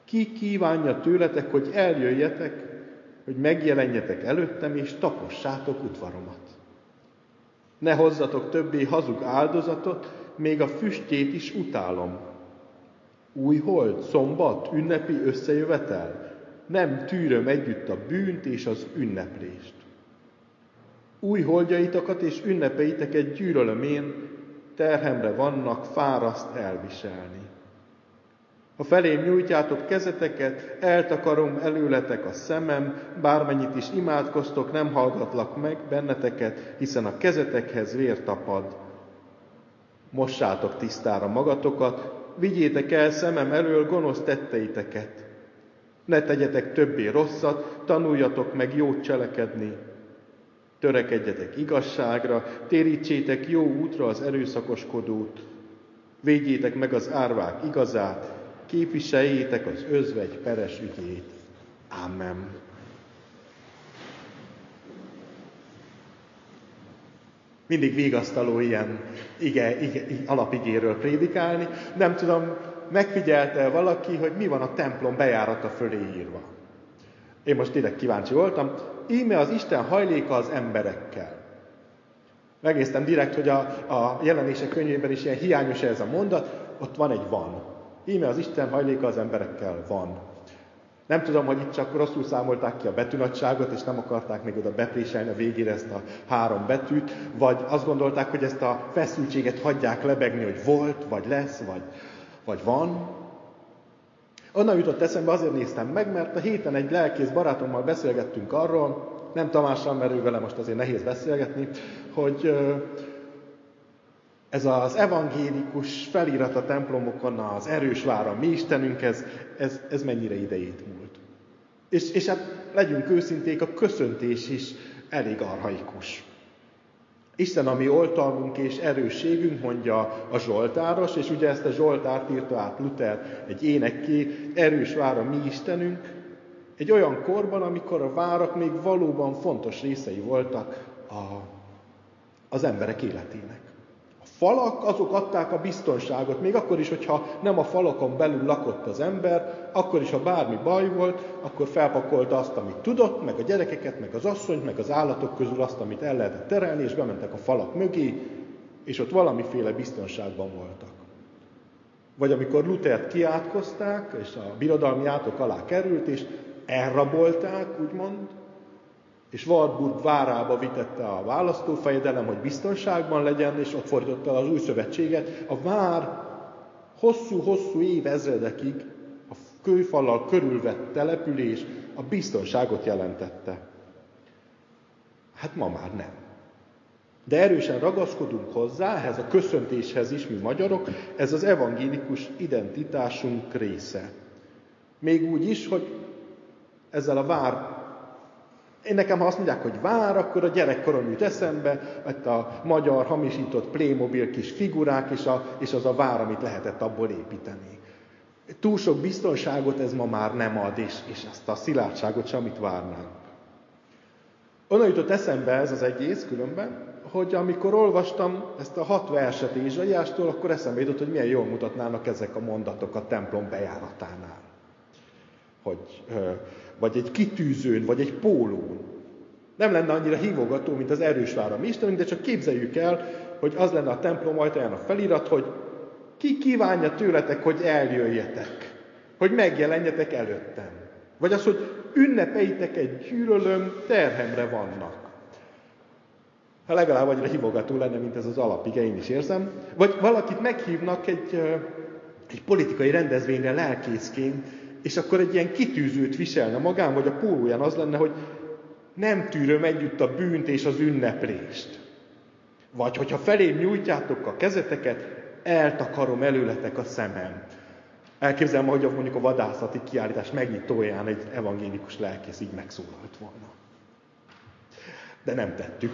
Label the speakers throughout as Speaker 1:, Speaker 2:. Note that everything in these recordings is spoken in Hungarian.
Speaker 1: Ki kívánja tőletek, hogy eljöjjetek, hogy megjelenjetek előttem, és tapossátok udvaromat? Ne hozzatok többé hazug áldozatot, még a füstjét is utálom. Új hold, szombat, ünnepi összejövetel, nem tűröm együtt a bűnt és az ünneplést. Új holdjaitokat és ünnepeiteket gyűlölöm én, terhemre vannak, fáraszt elviselni. Ha felém nyújtjátok kezeteket, eltakarom előletek a szemem, bármennyit is imádkoztok, nem hallgatlak meg benneteket, hiszen a kezetekhez vér tapad. Mossátok tisztára magatokat, vigyétek el szemem elől gonosz tetteiteket. Ne tegyetek többé rosszat, tanuljatok meg jót cselekedni. Törekedjetek igazságra, térítsétek jó útra az erőszakoskodót. Védjétek meg az árvák igazát, képviseljétek az özvegy peres ügyét. Ámen. Mindig vigasztaló ilyen alapigéről prédikálni. Nem tudom, megfigyelte valaki, hogy mi van a templom bejárata fölé írva. Én most direkt kíváncsi voltam. Íme az Isten hajléka az emberekkel. Megnéztem direkt, hogy a Jelenések könyvében is ilyen hiányos ez a mondat, ott van egy van. Íme az Isten hajléka az emberekkel van. Nem tudom, hogy itt csak rosszul számolták ki a betűnagyságot, és nem akarták még oda bepréselni a végére ezt a 3 betűt, vagy azt gondolták, hogy ezt a feszültséget hagyják lebegni, hogy volt, vagy lesz, vagy van. Onnan jutott eszembe, azért néztem meg, mert a héten egy lelkész barátommal beszélgettünk arról, nem Tamással, mert ő vele most azért nehéz beszélgetni, hogy ez az evangélikus felirat a templomokon, az erős vár a mi Istenünk, ez mennyire idejét múlt. És hát legyünk őszinték, a köszöntés is elég archaikus. Isten a mi oltalmunk és erősségünk, mondja a Zsoltáros, és ugye ezt a Zsoltárt írta át Luther egy énekké, erős vár a mi Istenünk, egy olyan korban, amikor a várak még valóban fontos részei voltak az emberek életének. A falak, azok adták a biztonságot, még akkor is, hogyha nem a falakon belül lakott az ember, akkor is, ha bármi baj volt, akkor felpakolta azt, amit tudott, meg a gyerekeket, meg az asszonyt, meg az állatok közül azt, amit el lehetett terelni, és bementek a falak mögé, és ott valamiféle biztonságban voltak. Vagy amikor Luthert kiátkozták, és a birodalmi átok alá került, és elrabolták, úgymond, és Wartburg várába vitette a választófejedelem, hogy biztonságban legyen, és ott fordította az új szövetséget. A vár hosszú-hosszú évezredekig a kőfallal körülvett település a biztonságot jelentette. Hát ma már nem. De erősen ragaszkodunk hozzá, ehhez a köszöntéshez is, mi magyarok, ez az evangélikus identitásunk része. Még úgy is, hogy ezzel a vár, nekem ha azt mondják, hogy vár, akkor a gyerekkorom jut eszembe, mert a magyar hamisított Playmobil kis figurák, és az a vár, amit lehetett abból építeni. Túl sok biztonságot ez ma már nem ad, és azt a szilárdságot sem, amit várnánk. Onnan jutott eszembe ez az egész különben, hogy amikor olvastam ezt a 6 verset Ézsaiástól, akkor eszembe jutott, hogy milyen jól mutatnának ezek a mondatok a templom bejáratánál. Vagy egy kitűzőn, vagy egy pólón. Nem lenne annyira hívogató, mint az erős vár a mi Istenünk, de csak képzeljük el, hogy az lenne a templom ajtaján a felirat, hogy ki kívánja tőletek, hogy eljöjjetek, hogy megjelenjetek előttem. Vagy az, hogy ünnepeiteket gyűlölöm, terhemre vannak. Ha legalább annyira hívogató lenne, mint ez az alapige, én is érzem. Vagy valakit meghívnak egy politikai rendezvényre lelkészként, és akkor egy ilyen kitűzőt viselne magán, vagy a pólóján az lenne, hogy nem tűröm együtt a bűnt és az ünneplést. Vagy hogyha felém nyújtjátok a kezeteket, eltakarom előletek a szemem. Elképzelem, hogy mondjuk a vadászati kiállítás megnyitóján egy evangélikus lelkész így megszólalt volna. De nem tettük.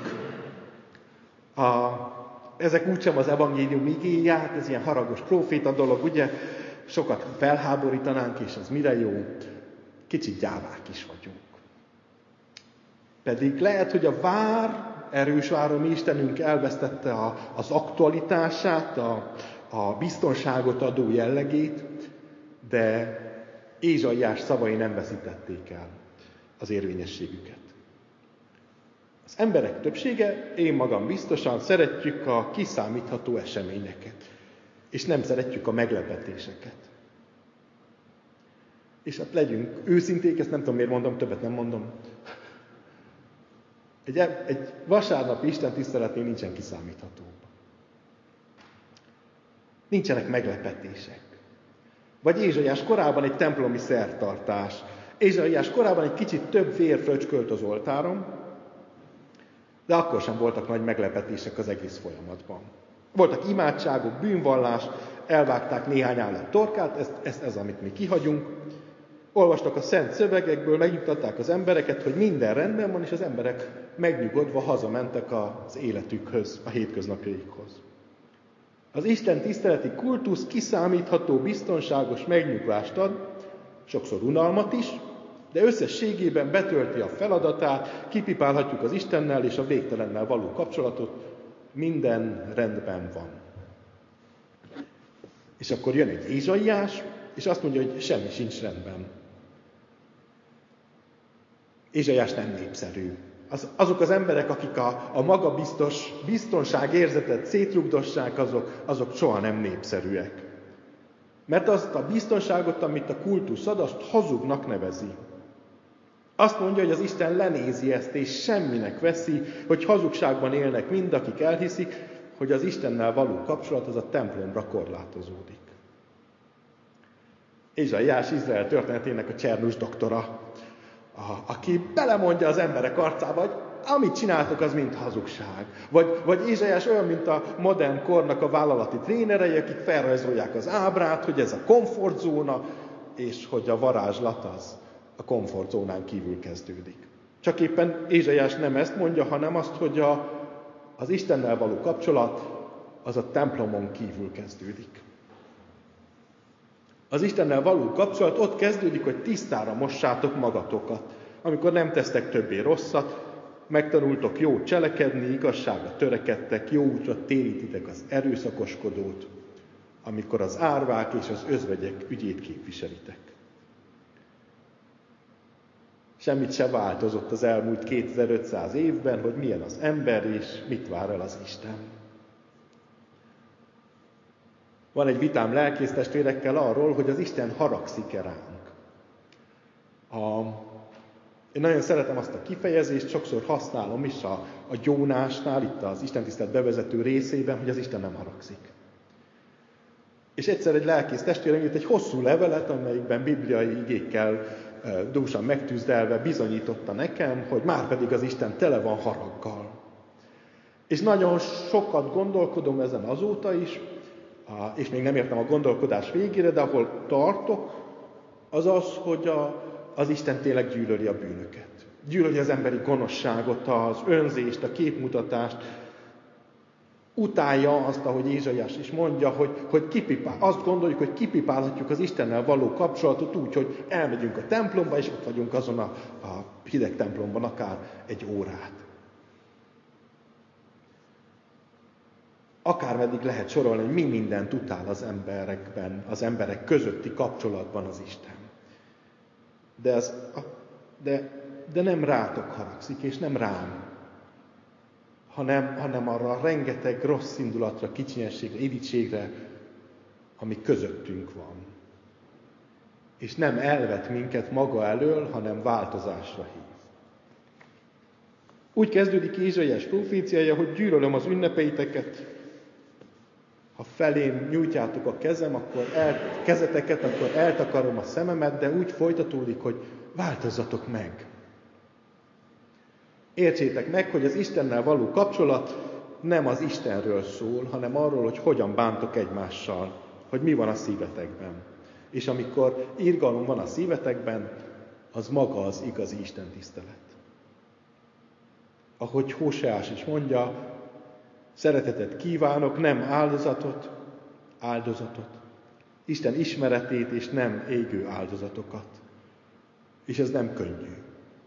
Speaker 1: Ezek úgysem az evangélium igéját, ez ilyen haragos próféta dolog, ugye? Sokat felháborítanánk, és az mire jó? Kicsit gyávák is vagyunk. Pedig lehet, hogy a vár, erős vár, a mi Istenünk elvesztette az aktualitását, a biztonságot adó jellegét, de Ézsaiás szavai nem veszítették el az érvényességüket. Az emberek többsége, én magam biztosan szeretjük a kiszámítható eseményeket, és nem szeretjük a meglepetéseket. És hát legyünk őszinték, ezt nem tudom miért mondom, többet nem mondom. Egy vasárnapi istentiszteletnél nincsen kiszámítható. Nincsenek meglepetések. Vagy Ézsaiás korában egy templomi szertartás. Ézsaiás korában egy kicsit több vér fröcskölt az oltáron, de akkor sem voltak nagy meglepetések az egész folyamatban. Voltak imádságok, bűnvallás, elvágták néhány állat torkát, ez amit mi kihagyunk. Olvastak a szent szövegekből, megnyugtatták az embereket, hogy minden rendben van, és az emberek megnyugodva hazamentek az életükhöz, a hétköznapjaikhoz. Az Isten tiszteleti kultusz kiszámítható, biztonságos megnyugvást ad, sokszor unalmat is, de összességében betölti a feladatát, kipipálhatjuk az Istennel és a végtelennel való kapcsolatot, minden rendben van. És akkor jön egy Ézsaiás, és azt mondja, hogy semmi sincs rendben. Ézsaiás nem népszerű. Azok az emberek, akik a magabiztos biztonságérzetet szétrugdossák, azok soha nem népszerűek. Mert azt a biztonságot, amit a kultusz ad, azt hazugnak nevezi. Azt mondja, hogy az Isten lenézi ezt, és semminek veszi, hogy hazugságban élnek mind, akik elhiszik, hogy az Istennel való kapcsolat az a templomra korlátozódik. Ézsaiás Izrael történetének a Csernus doktora, aki belemondja az emberek arcába, hogy amit csináltok, az mind hazugság. Vagy Ézsaiás olyan, mint a modern kornak a vállalati trénerei, akik felrajzolják az ábrát, hogy ez a komfortzóna, és hogy a varázslat az a komfortzónán kívül kezdődik. Csak éppen Ézsaiás nem ezt mondja, hanem azt, hogy az Istennel való kapcsolat az a templomon kívül kezdődik. Az Istennel való kapcsolat ott kezdődik, hogy tisztára mossátok magatokat, amikor nem tesztek többé rosszat, megtanultok jó cselekedni, igazságra törekedtek, jó útra térítitek az erőszakoskodót, amikor az árvák és az özvegyek ügyét képviselitek. Semmit se változott az elmúlt 2500 évben, hogy milyen az ember és mit vár el az Isten. Van egy vitám lelkésztestvérekkel arról, hogy az Isten haragszik-e ránk. Én nagyon szeretem azt a kifejezést, sokszor használom is a gyónásnál, itt az istentisztelet bevezető részében, hogy az Isten nem haragszik. És egyszer egy lelkésztestvérem írt egy hosszú levelet, amelyikben bibliai igékkel dúsan megtűzdelve bizonyította nekem, hogy márpedig az Isten tele van haraggal. És nagyon sokat gondolkodom ezen azóta is, és még nem értem a gondolkodás végére, de ahol tartok, az az, hogy az Isten tényleg gyűlöli a bűnöket. Gyűlöli az emberi gonoszságot, az önzést, a képmutatást. Utálja azt, ahogy Ézsaiás is mondja, hogy azt gondoljuk, hogy kipipálhatjuk az Istennel való kapcsolatot úgy, hogy elmegyünk a templomba, és ott vagyunk azon a hideg templomban akár egy órát. Akármeddig lehet sorolni, hogy mi mindent utál az emberekben, az emberek közötti kapcsolatban az Isten. De nem rátok haragszik, és nem rám, hanem arra a rengeteg rossz indulatra, kicsinyességre, irigységre, ami közöttünk van. És nem elvet minket maga elől, hanem változásra hív. Úgy kezdődik Ézsaiás proféciája, hogy gyűlölöm az ünnepeiteket, ha felém nyújtjátok a kezeteket, akkor eltakarom a szememet, de úgy folytatódik, hogy változzatok meg. Értsétek meg, hogy az Istennel való kapcsolat nem az Istenről szól, hanem arról, hogy hogyan bántok egymással, hogy mi van a szívetekben. És amikor irgalom van a szívetekben, az maga az igazi istentisztelet. Ahogy Hóseás is mondja, szeretetet kívánok, nem áldozatot, Isten ismeretét és nem égő áldozatokat. És ez nem könnyű.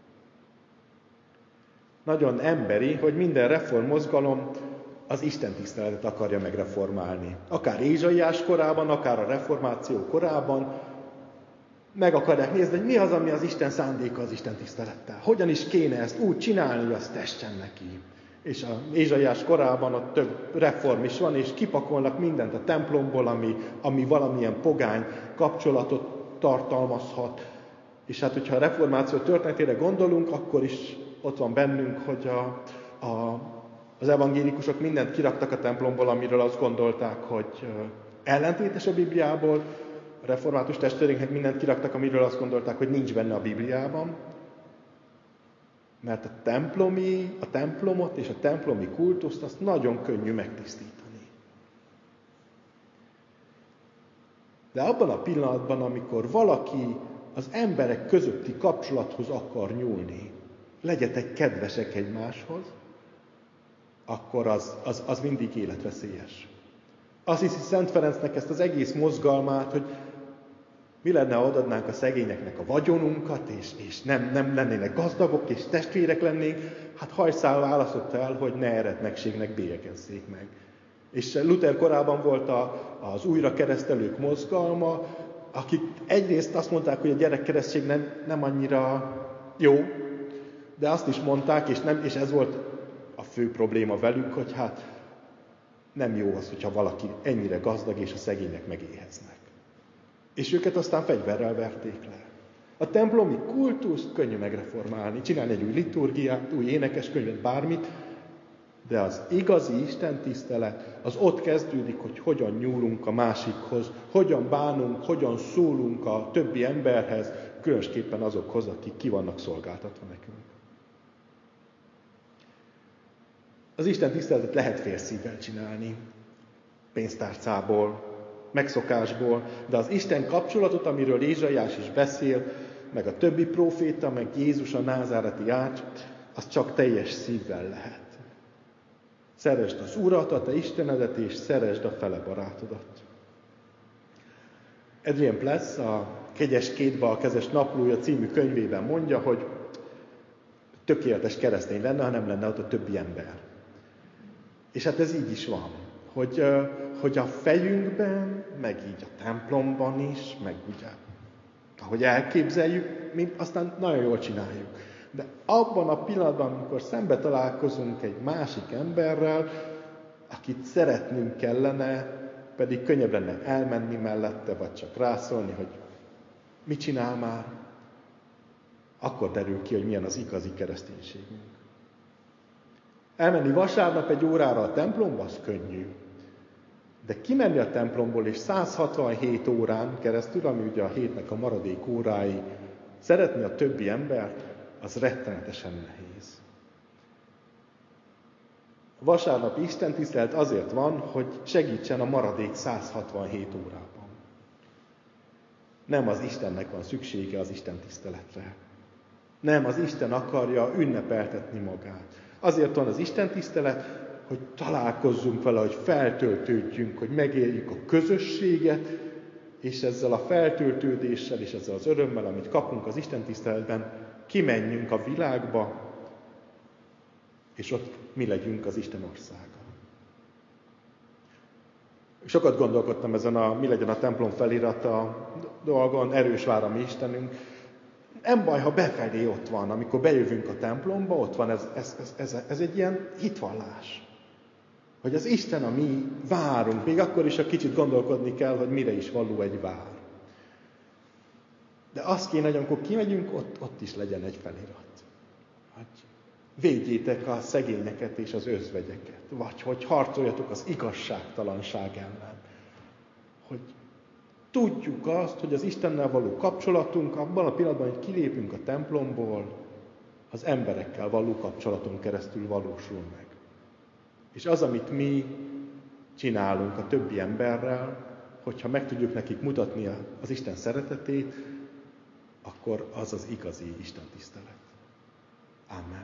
Speaker 1: Nagyon emberi, hogy minden reformmozgalom az istentiszteletet akarja megreformálni. Akár Ézsaiás korában, akár a reformáció korában. meg akarják nézni, hogy mi az, ami az Isten szándéka az Isten tisztelettel. Hogyan is kéne ezt úgy csinálni, hogy az tessen neki. És a Ézsaiás korában ott több reform is van, és kipakolnak mindent a templomból, ami valamilyen pogány kapcsolatot tartalmazhat. És hát, hogyha a reformáció történetére gondolunk, akkor is ott van bennünk, hogy az evangélikusok mindent kiraktak a templomból, amiről azt gondolták, hogy ellentétes a Bibliából. A református testvérinknek mindent kiraktak, amiről azt gondolták, hogy nincs benne a Bibliában. Mert a templomot és a templomi kultuszt azt nagyon könnyű megtisztítani. De abban a pillanatban, amikor valaki az emberek közötti kapcsolathoz akar nyúlni, legyetek kedvesek egymáshoz, akkor az mindig életveszélyes. Azt hiszi Szent Ferencnek ezt az egész mozgalmát, hogy mi lenne, ha odadnánk a szegényeknek a vagyonunkat, és nem lennének gazdagok, és testvérek lennénk. Hát hajszál választotta el, hogy ne eretnekségnek bélyegezzék meg. És Luther korában volt az újrakeresztelők mozgalma, akik egyrészt azt mondták, hogy a gyerekkeresztség nem annyira jó, de azt is mondták, és ez volt a fő probléma velük, hogy hát nem jó az, hogyha valaki ennyire gazdag, és a szegények megéheznek. És őket aztán fegyverrel verték le. A templomi kultuszt könnyű megreformálni, csinálni egy új liturgiát, új énekeskönyvet, bármit, de az igazi istentisztelet az ott kezdődik, hogy hogyan nyúlunk a másikhoz, hogyan bánunk, hogyan szólunk a többi emberhez, különösképpen azokhoz, akik ki vannak szolgáltatva nekünk. Az istentiszteletet lehet félszívvel csinálni, pénztárcából, megszokásból, de az Isten kapcsolatot, amiről Ézsaiás is beszél, meg a többi próféta, meg Jézus a názáreti ács, az csak teljes szívvel lehet. Szeresd az Urat, a te Istenedet, és szeresd a fele barátodat. Adrian Pless a Kegyes kétbal kezes naplója című könyvében mondja, hogy tökéletes keresztény lenne, ha nem lenne ott a többi ember. És hát ez így is van, hogy a fejünkben, meg így a templomban is, meg ugye, ahogy elképzeljük, mi aztán nagyon jól csináljuk. De abban a pillanatban, amikor szembe találkozunk egy másik emberrel, akit szeretnünk kellene, pedig könnyebb lenne elmenni mellette, vagy csak rászólni, hogy mit csinál már, akkor derül ki, hogy milyen az igazi kereszténységünk. Elmenni vasárnap egy órára a templomba, az könnyű. De kimenni a templomból, és 167 órán keresztül, ami ugye a hétnek a maradék órái, szeretni a többi embert, az rettenetesen nehéz. A vasárnapi istentisztelet azért van, hogy segítsen a maradék 167 órában. Nem az Istennek van szüksége az istentiszteletre. Nem, az Isten akarja ünnepeltetni magát. Azért van az istentisztelet, hogy találkozzunk vele, hogy feltöltődjünk, hogy megéljük a közösséget, és ezzel a feltöltődéssel és ezzel az örömmel, amit kapunk az istentiszteletben, kimenjünk a világba, és ott mi legyünk az Isten országa. Sokat gondolkodtam ezen mi legyen a templom felirata dolgon, erős vár a mi Istenünk. Nem baj, ha befelé ott van, amikor bejövünk a templomba, ott van ez egy ilyen hitvallás. Hogy az Isten a mi várunk, még akkor is, ha kicsit gondolkodni kell, hogy mire is való egy vár. De azt kéne, hogy amikor kimegyünk, ott is legyen egy felirat. Hogy védjétek a szegényeket és az özvegyeket. Vagy hogy harcoljatok az igazságtalanság ellen. Hogy tudjuk azt, hogy az Istennel való kapcsolatunk abban a pillanatban, hogy kilépünk a templomból, az emberekkel való kapcsolaton keresztül valósul meg. És az, amit mi csinálunk a többi emberrel, hogyha meg tudjuk nekik mutatni az Isten szeretetét, akkor az az igazi Isten tisztelet. Amen.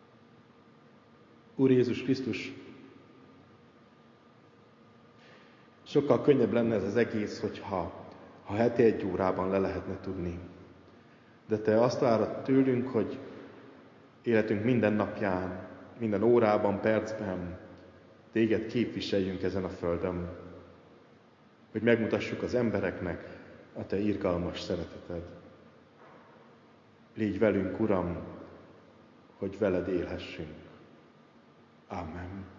Speaker 1: Úr Jézus Krisztus, Sokkal könnyebb lenne ez az egész, hogyha heti 1 órában le lehetne tudni. De Te azt várod tőlünk, hogy életünk minden napján, minden órában, percben Téged képviseljünk ezen a földön. Hogy megmutassuk az embereknek a Te irgalmas szereteted. Légy velünk, Uram, hogy veled élhessünk. Amen.